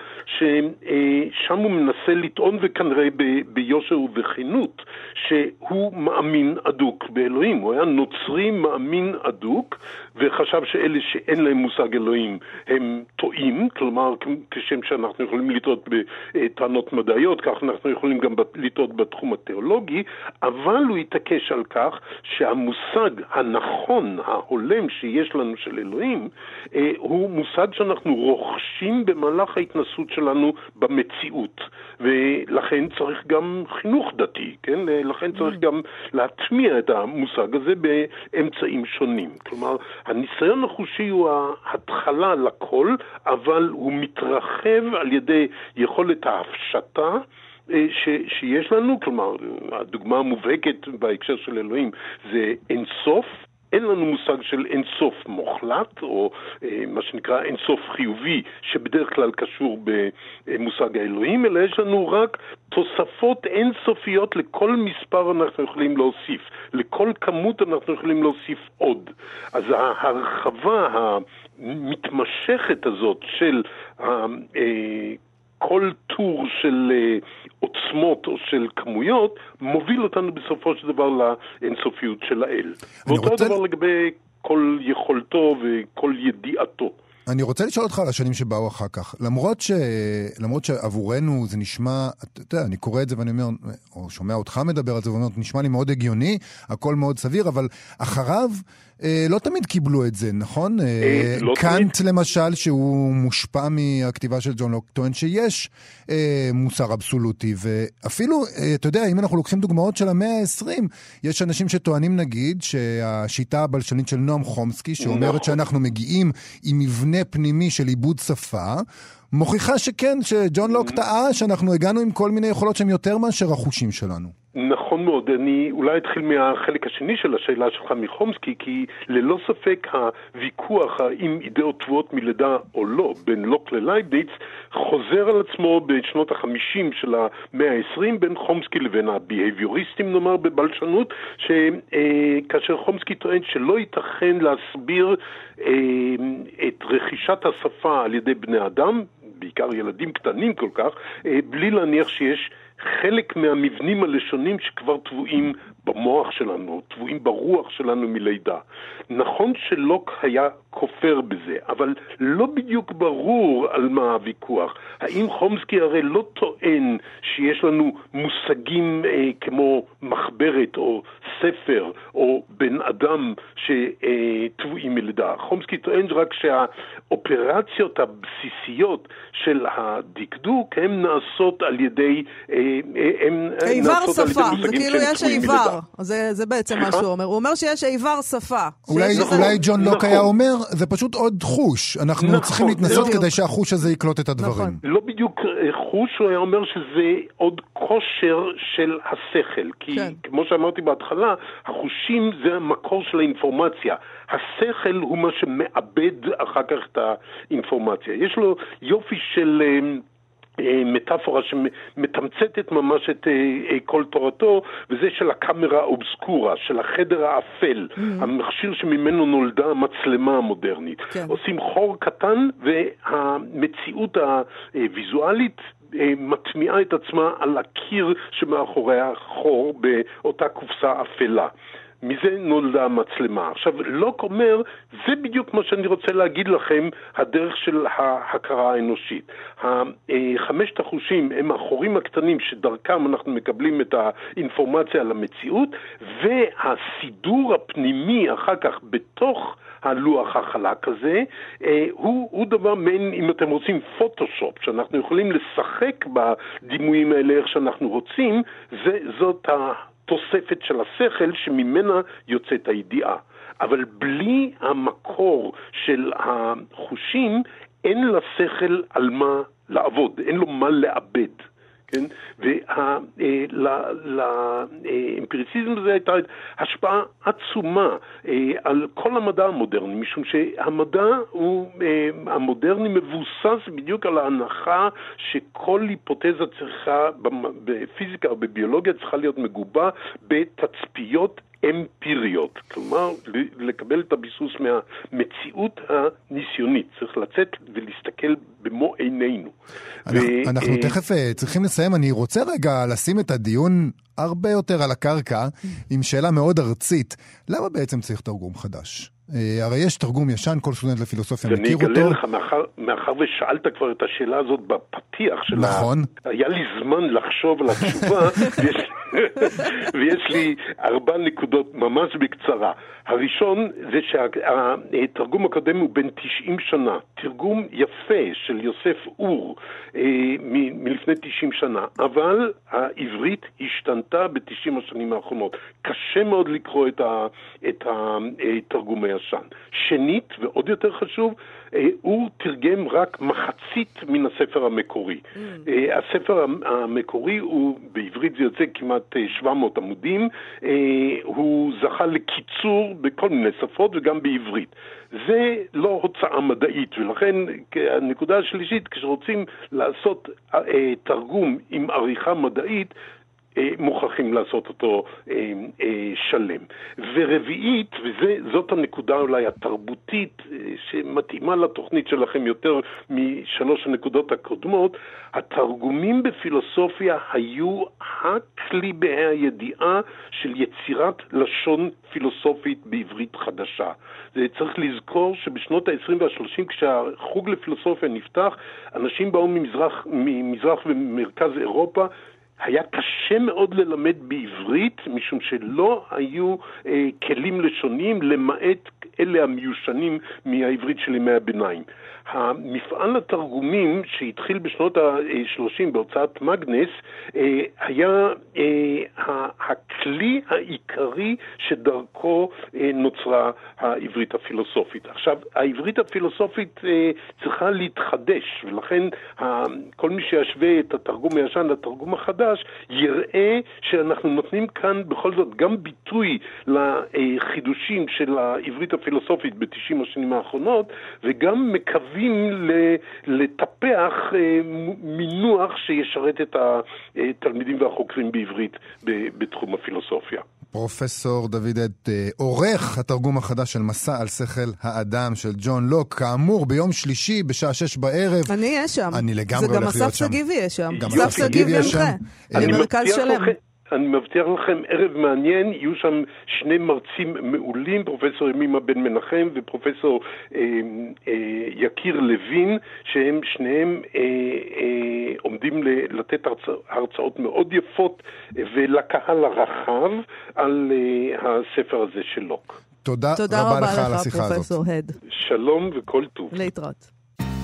ששם הוא מנסה לטעון וכנראה ב, ביושר ובכנות, שהוא מאמין אדוק באלוהים. הוא היה נוצרי מאמין אדוק, וחשב שאלה שאין להם מושג אלוהים הם טועים, כלומר, כשם שאנחנו יכולים לטעות בטענות מדעיות, כך אנחנו יכולים גם לטעות בתחום התיאולוגי, אבל הוא התעקש על כך שהמושג הנכון, ההולם שיש לנו של אלוהים, הוא מושג שאנחנו רוכשים במהלך ההתנסות שלנו במציאות, ולכן צריך גם חינוך דתי, כן? לכן צריך גם להטמיע את המושג הזה באמצעים שונים. כלומר, הניסיון החושי הוא ההתחלה לכל, אבל הוא מתרחב על ידי יכולת ההפשטה ש, שיש לנו. כלומר, הדוגמה המובהקת בהקשר של אלוהים זה אינסוף. אין לנו מושג של אינסוף מוחלט, או אה, מה שנקרא אינסוף חיובי, שבדרך כלל קשור במושג האלוהים, אלא יש לנו רק תוספות אינסופיות לכל מספר אנחנו יכולים להוסיף. לכל כמות אנחנו יכולים להוסיף עוד. אז ההרחבה המתמשכת הזאת של אה, אה, כל טור של עוצמות או של כמויות מוביל אותנו בסופו של דבר לאינסופיות של האל. ואותו רוצה... דבר לגבי כל יכולתו וכל ידיעתו. אני רוצה לשאול אותך על השנים שבאו אחר כך. למרות ש... למרות שעבורנו זה נשמע, אתה יודע, אני קורא את זה ואני אומר, או שומע אותך מדבר על זה ואומר, נשמע לי מאוד הגיוני, הכל מאוד סביר, אבל אחריו אה, לא תמיד קיבלו את זה, נכון? אה, לא קאנט תמיד. למשל, שהוא מושפע מהכתיבה של ג'ון לוק, טוען שיש אה, מוסר אבסולוטי, ואפילו, אה, אתה יודע, אם אנחנו לוקחים דוגמאות של המאה ה-עשרים, יש אנשים שטוענים נגיד שהשיטה הבלשנית של נועם חומסקי, שאומרת נכון. שאנחנו מגיעים עם מבנה פנימי של עיבוד שפה, מוכיחה שכן, שג'ון לוק טעה, שאנחנו הגענו עם כל מיני יכולות שהן יותר מאשר החושים שלנו. נכון מאוד. אני אולי אתחיל מהחלק השני של השאלה שלך מחומסקי, כי ללא ספק הוויכוח האם אידאות תבואות מלידה או לא בין לוק ללייבניץ חוזר על עצמו בשנות החמישים של המאה העשרים בין חומסקי לבין הביהביוריסטים נאמר בבלשנות, שכאשר חומסקי טוען שלא ייתכן להסביר את רכישת השפה על ידי בני אדם, בעיקר ילדים קטנים כל כך, בלי להניח שיש חלק מהמבנים הלשונים שכבר טבועים במוח שלנו, טבועים ברוח שלנו מלידה. נכון שלוק היה כופר בזה, אבל לא בדיוק ברור על מה הוויכוח. האם חומסקי הרי לא טוען שיש לנו מושגים אה, כמו מחברת או ספר או בן אדם שטבועים מלידה. חומסקי טוען רק שהאופרציות הבסיסיות של הדקדוק הן נעשות על ידי איבר שפה, זה כאילו יש איבר, זה בעצם מה שהוא אומר. הוא אומר שיש איבר שפה. אולי ג'ון לוק היה אומר, זה פשוט עוד חוש. אנחנו צריכים להתנסות כדי שהחוש הזה יקלוט את הדברים. לא בדיוק חוש, הוא היה אומר שזה עוד כושר של השכל. כי כמו שאמרתי בהתחלה, החושים זה המקור של האינפורמציה. השכל הוא מה שמאבד אחר כך את האינפורמציה. יש לו יופי של מטאפורה שמתמצתת ממש את כל תורתו, וזה של הקאמרה אובסקורה, של החדר האפל, mm-hmm. המכשיר שממנו נולדה המצלמה המודרנית. כן. עושים חור קטן, והמציאות הוויזואלית מטמיעה את עצמה על הקיר שמאחורי החור באותה קופסה אפלה. מזה נולדה המצלמה. עכשיו, לוק אומר, זה בדיוק מה שאני רוצה להגיד לכם, הדרך של ההכרה האנושית. חמשת החושים הם החורים הקטנים שדרכם אנחנו מקבלים את האינפורמציה על המציאות, והסידור הפנימי אחר כך בתוך הלוח החלק הזה, הוא, הוא דבר מעין, אם אתם רוצים, פוטושופ, שאנחנו יכולים לשחק בדימויים האלה איך שאנחנו רוצים, זה, זאת ה... תוספת של השכל שממנה יוצאת הידיעה. אבל בלי המקור של החושים, אין לשכל על מה לעבוד, אין לו מה לאבד. כן? ולאמפיריציזם הזה הייתה השפעה עצומה על כל המדע המודרני, משום שהמדע הוא, המודרני מבוסס בדיוק על ההנחה שכל היפותזה צריכה, בפיזיקה או בביולוגיה צריכה להיות מגובה בתצפיות אמפיריות, כלומר לקבל את הביסוס מהמציאות הניסיונית, צריך לצאת ולהסתכל במו עינינו. אנחנו, ו... אנחנו תכף צריכים לסיים, אני רוצה רגע לשים את הדיון הרבה יותר על הקרקע עם שאלה מאוד ארצית, למה בעצם צריך תרגום חדש? הרי יש תרגום ישן, כל סטודנט לפילוסופיה מכיר אותו. ואני אגלה לך, מאחר, מאחר ושאלת כבר את השאלה הזאת בפתיח שלה, נכון. היה לי זמן לחשוב על התשובה, ויש, ויש לי ארבע נקודות ממש בקצרה. הראשון זה שהתרגום הקודם הוא בן תשעים שנה, תרגום יפה של יוסף אור מ- מלפני תשעים שנה, אבל העברית השתנתה ב-תשעים השנים האחרונות. קשה מאוד לקרוא את, ה- את התרגום הישן. שנית, ועוד יותר חשוב, הוא תרגם רק מחצית מן הספר המקורי. Mm. הספר המקורי הוא, בעברית זה יוצא כמעט שבע מאות עמודים, הוא זכה לקיצור בכל מיני שפות וגם בעברית. זה לא הוצאה מדעית, ולכן הנקודה השלישית, כשרוצים לעשות תרגום עם עריכה מדעית, מוכרחים לעשות אותו אה, אה, שלם. ורביעית, וזאת הנקודה אולי התרבותית אה, שמתאימה לתוכנית שלכם יותר משלוש הנקודות הקודמות, התרגומים בפילוסופיה היו הכלי בה"א הידיעה של יצירת לשון פילוסופית בעברית חדשה. זה צריך לזכור שבשנות ה-עשרים וה-שלושים כשהחוג לפילוסופיה נפתח, אנשים באו ממזרח, ממזרח ומרכז אירופה, היה קשה מאוד ללמד בעברית, משום שלא היו אה, כלים לשוניים, למעט אלה המיושנים מהעברית של ימי הביניים. המפעל התרגומים שהתחיל בשנות ה-שלושים בהוצאת מגנס, אה, היה אה, הכלי העיקרי שדרכו אה, נוצרה העברית הפילוסופית. עכשיו, העברית הפילוסופית אה, צריכה להתחדש, ולכן ה- כל מי שישווה את התרגום הישן לתרגום החדש, יראה שאנחנו נותנים כאן בכל זאת גם ביטוי לחידושים של העברית הפילוסופית ב-תשעים השנים האחרונות, וגם מקווים לטפח מינוח שישרת את התלמידים והחוקרים בעברית בתחום הפילוסופיה. פרופסור דוד עד, עורך התרגום החדש של מסע על שכל האדם של ג'ון לוק, כאמור ביום שלישי בשעה שש בערב. אני אהיה שם. אני לגמרי הולך להיות שם. זה גם אסף סגיב יהיה שם. גם אסף סגיב ינחה. למרכז שלם. אני מבטיח לכם ערב מעניין, יהיו שם שני מרצים מעולים, פרופסור ימימה בן מנחם ופרופסור אה, אה, יקיר לוין, שהם שניהם אה, אה, עומדים לתת הרצא, הרצאות מאוד יפות ולקהל הרחב על אה, הספר הזה של לוק. תודה, תודה רבה, רבה לך על לך, השיחה הזאת. פרופסור הד. שלום וכל טוב. להתראות.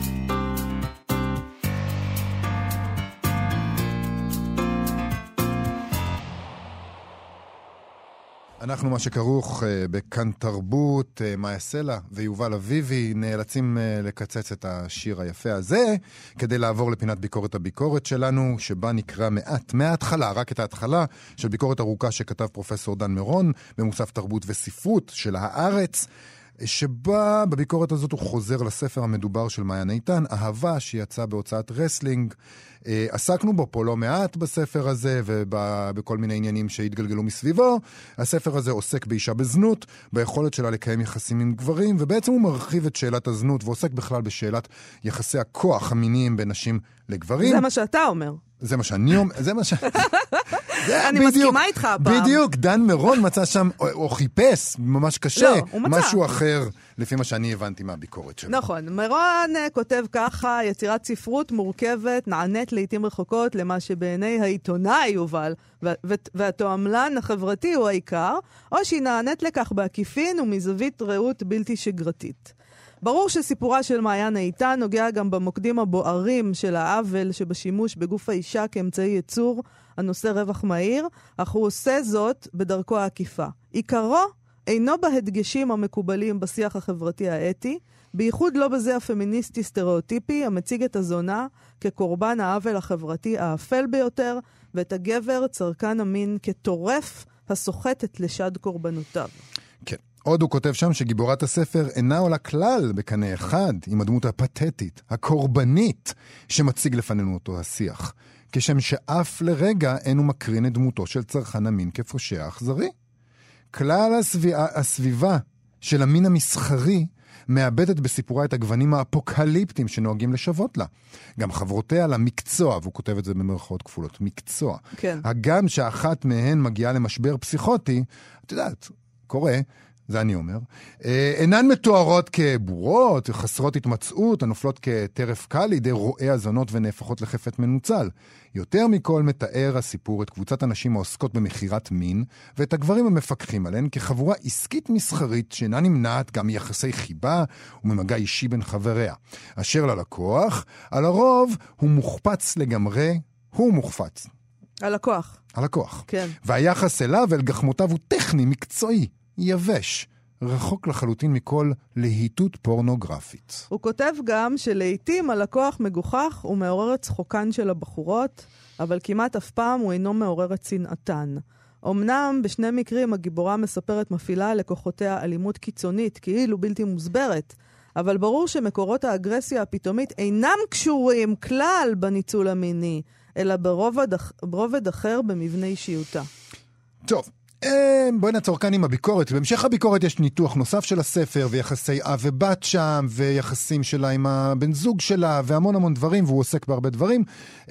אנחנו מה שכרוך בכאן תרבות, מאיה סלע ויובל אביבי נאלצים לקצץ את השיר היפה הזה כדי לעבור לפינת ביקורת הביקורת שלנו, שבה נקרא מעט מההתחלה, רק את ההתחלה של ביקורת ארוכה שכתב פרופסור דן מירון במוסף תרבות וספרות של הארץ. שבה בביקורת הזאת הוא חוזר לספר המדובר של מעיין איתן, אהבה, שיצא בהוצאת רסלינג. עסקנו בו פה לא מעט בספר הזה, ובכל מיני עניינים שהתגלגלו מסביבו. הספר הזה עוסק באישה בזנות, ביכולת שלה לקיים יחסים עם גברים, ובעצם הוא מרחיב את שאלת הזנות, ועוסק בכלל בשאלת יחסי הכוח המיניים בין נשים לגברים. זה מה שאתה אומר. זה מה שאני אומר, זה מה ש... אני מסכימה איתך הפעם. בדיוק, דן מירון מצא שם, או חיפש, ממש קשה, לא, הוא מצא. משהו אחר, לפי מה שאני הבנתי מהביקורת שלו. נכון, מירון כותב ככה, יצירת ספרות מורכבת, נענית לעתים רחוקות למה שבעיני העיתונאי יובל, והתועמלן החברתי הוא העיקר, או שהיא נענית לכך בעקיפין ומזווית ראות בלתי שגרתית. ברור שסיפורה של מעיין איתן נוגע גם במוקדים הבוערים של העוול שבשימוש בגוף האישה כאמצעי ייצור הנושא רווח מהיר, אך הוא עושה זאת בדרכו העקיפה. עיקרו אינו בהדגשים המקובלים בשיח החברתי האתי, בייחוד לא בזה הפמיניסטי סטריאוטיפי המציג את הזונה כקורבן העוול החברתי האפל ביותר, ואת הגבר צרכן המין כטורף הסוחט את לשד קורבנותיו. כן. עוד הוא כותב שם שגיבורת הספר אינה עולה כלל בקנה אחד עם הדמות הפתטית, הקורבנית, שמציג לפנינו אותו השיח, כשם שאף לרגע אינו מקרין את דמותו של צרכן המין כפושע אכזרי. כלל הסביבה, הסביבה של המין המסחרי מאבדת בסיפורה את הגוונים האפוקליפטיים שנוהגים לשוות לה. גם חברותיה למקצוע, והוא כותב את זה במרכאות כפולות, מקצוע. כן. הגם שאחת מהן מגיעה למשבר פסיכוטי, את יודעת, קורה, זה אני אומר, אינן מתוארות כבורות, חסרות התמצאות, הנופלות כטרף קל לידי רועי הזונות ונהפכות לחפת מנוצל. יותר מכל מתאר הסיפור את קבוצת הנשים העוסקות במחירת מין, ואת הגברים המפקחים עליהן כחבורה עסקית מסחרית שאינה נמנעת גם מיחסי חיבה וממגע אישי בין חבריה. אשר ללקוח, על הרוב הוא מוחפץ לגמרי, הוא מוחפץ. הלקוח. הלקוח. כן. והיחס אליו ואל גחמותיו הוא טכני, מקצועי. יבש, רחוק לחלוטין מכל להיטות פורנוגרפית. הוא כותב גם שלעיתים הלקוח מגוחך ומעורר את צחוקן של הבחורות, אבל כמעט אף פעם הוא אינו מעורר את צנעתן. אמנם בשני מקרים הגיבורה מספרת מפעילה על לקוחותיה אלימות קיצונית, כאילו בלתי מוסברת, אבל ברור שמקורות האגרסיה הפתאומית אינם קשורים כלל בניצול המיני, אלא ברובד, ברובד אחר במבנה אישיותה. טוב. בואי נעצור כאן עם הביקורת. בהמשך הביקורת יש ניתוח נוסף של הספר, ויחסי אב ובת שם, ויחסים שלה עם הבן זוג שלה, והמון המון דברים, והוא עוסק בהרבה דברים.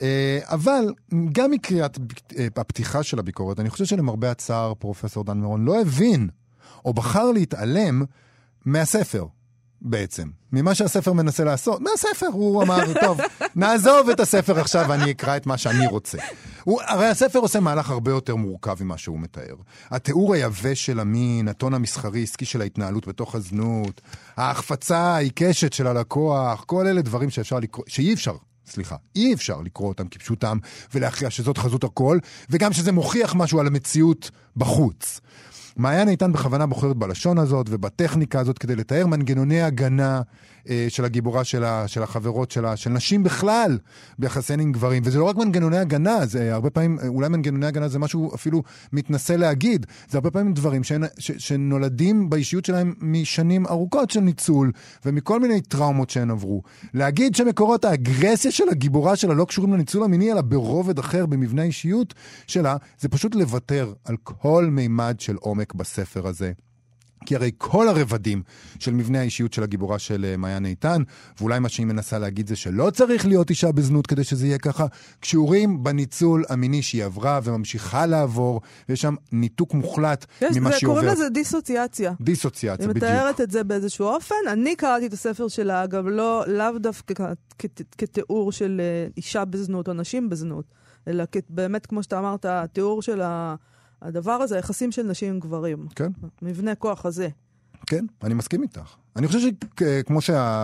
אבל גם מקריאת הפתיחה של הביקורת, אני חושב שלמרבה הצער פרופסור דן מירון לא הבין, או בחר להתעלם מהספר. בעצם, ממה שהספר מנסה לעשות, מהספר הוא אמר, טוב, נעזוב את הספר עכשיו ואני אקרא את מה שאני רוצה. הוא, הרי הספר עושה מהלך הרבה יותר מורכב ממה שהוא מתאר. התיאור היבש של המין, הטון המסחרי, עסקי של ההתנהלות בתוך הזנות, ההחפצה העיקשת של הלקוח, כל אלה דברים שאפשר לקרוא, שאי אפשר, סליחה, אי אפשר לקרוא אותם כפשוטם ולהכריע שזאת חזות הכל, וגם שזה מוכיח משהו על המציאות בחוץ. מעיין איתן בכוונה בוחרת בלשון הזאת ובטכניקה הזאת כדי לתאר מנגנוני הגנה אה, של הגיבורה שלה, של החברות שלה, של נשים בכלל ביחסיהן עם גברים. וזה לא רק מנגנוני הגנה, זה הרבה פעמים, אולי מנגנוני הגנה זה משהו אפילו מתנסה להגיד. זה הרבה פעמים דברים ש, ש, שנולדים באישיות שלהם משנים ארוכות של ניצול ומכל מיני טראומות שהן עברו. להגיד שמקורות האגרסיה של הגיבורה שלה לא קשורים לניצול המיני, אלא ברובד אחר במבנה האישיות שלה, זה פשוט לוותר על כל מימד של עומק בספר הזה. כי הרי כל הרבדים של מבנה האישיות של הגיבורה של מעיין איתן, ואולי מה שהיא מנסה להגיד זה שלא צריך להיות אישה בזנות כדי שזה יהיה ככה, קשורים בניצול המיני שהיא עברה וממשיכה לעבור, ויש שם ניתוק מוחלט יש, ממה זה, שהיא עוברת. קוראים לזה דיסוציאציה. דיסוציאציה, בדיוק. היא מתארת את זה באיזשהו אופן. אני קראתי את הספר שלה, אגב, לא, לאו דווקא כתיאור של אישה בזנות או נשים בזנות, אלא באמת, כמו שאתה אמרת, התיאור של ה... הדבר הזה, היחסים של נשים עם גברים. כן. מבנה כוח הזה. כן, אני מסכים איתך. אני חושב שכמו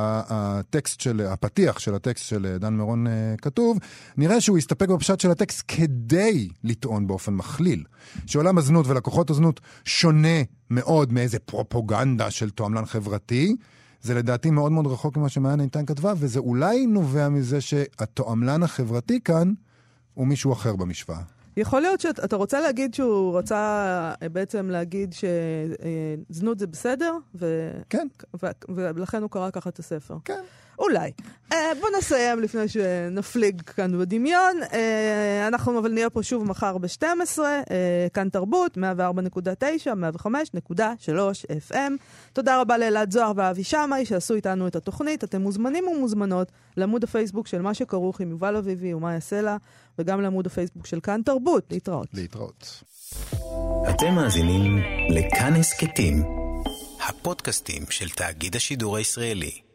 שהטקסט של, הפתיח של הטקסט של דן מירון כתוב, נראה שהוא יסתפק בפשט של הטקסט כדי לטעון באופן מכליל. שעולם הזנות ולקוחות הזנות שונה מאוד מאיזה פרופוגנדה של תועמלן חברתי. זה לדעתי מאוד מאוד רחוק ממה שמעיין איתן כתבה, וזה אולי נובע מזה שהתועמלן החברתי כאן הוא מישהו אחר במשוואה. יכול להיות שאתה רוצה להגיד שהוא רצה בעצם להגיד שזנות זה בסדר, ו... כן. ו... ולכן הוא קרא ככה את הספר. כן. אולי. בוא נסיים לפני שנפליג כאן בדמיון. אנחנו אבל נהיה פה שוב מחר ב-שתים עשרה, כאן תרבות, מאה וארבע נקודה תשע, מאה וחמש נקודה שלוש אף אם. תודה רבה לאלעד זוהר ואבי שמאי שעשו איתנו את התוכנית. אתם מוזמנים ומוזמנות לעמוד הפייסבוק של מה שכרוך עם יובל אביבי ומאיה סלע, וגם לעמוד הפייסבוק של כאן תרבות. להתראות. להתראות. אתם מאזינים לכאן הסכתים, הפודקאסטים של תאגיד השידור הישראלי.